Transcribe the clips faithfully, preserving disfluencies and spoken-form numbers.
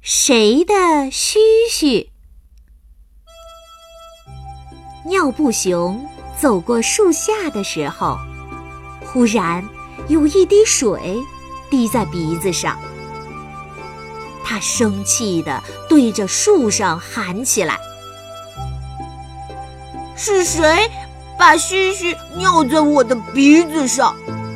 谁的须须？尿布熊走过树下的时候，忽然有一滴水滴在鼻子上。他生气地对着树上喊起来： 是谁把须须尿在我的鼻子上？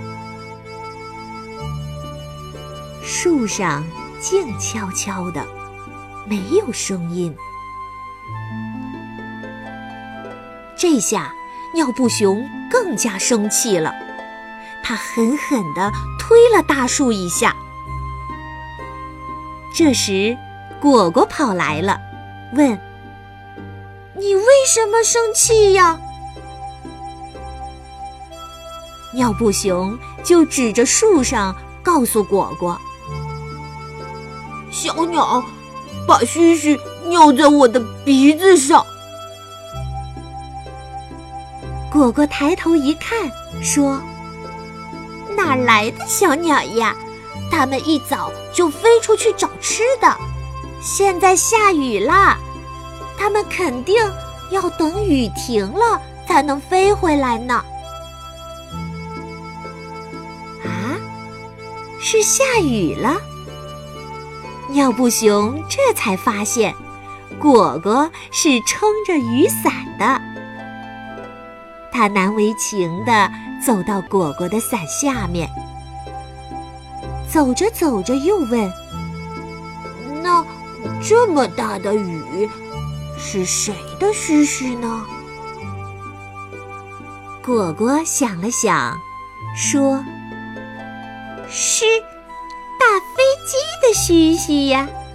树上静悄悄的，没有声音。这下尿布熊更加生气了，他狠狠地推了大树一下。这时果果跑来了，问：你为什么生气呀？尿布熊就指着树上告诉果果： 小鸟把须须尿在我的鼻子上。 果果抬头一看，说：哪来的小鸟呀？它们一早就飞出去找吃的，现在下雨了，它们肯定要等雨停了才能飞回来呢。啊，是下雨了？尿布熊这才发现，果果是撑着雨伞的。他难为情地走到果果的伞下面，走着走着又问： 那这么大的雨，是谁的须须呢？ 果果想了想，说：是大飞机的须须呀。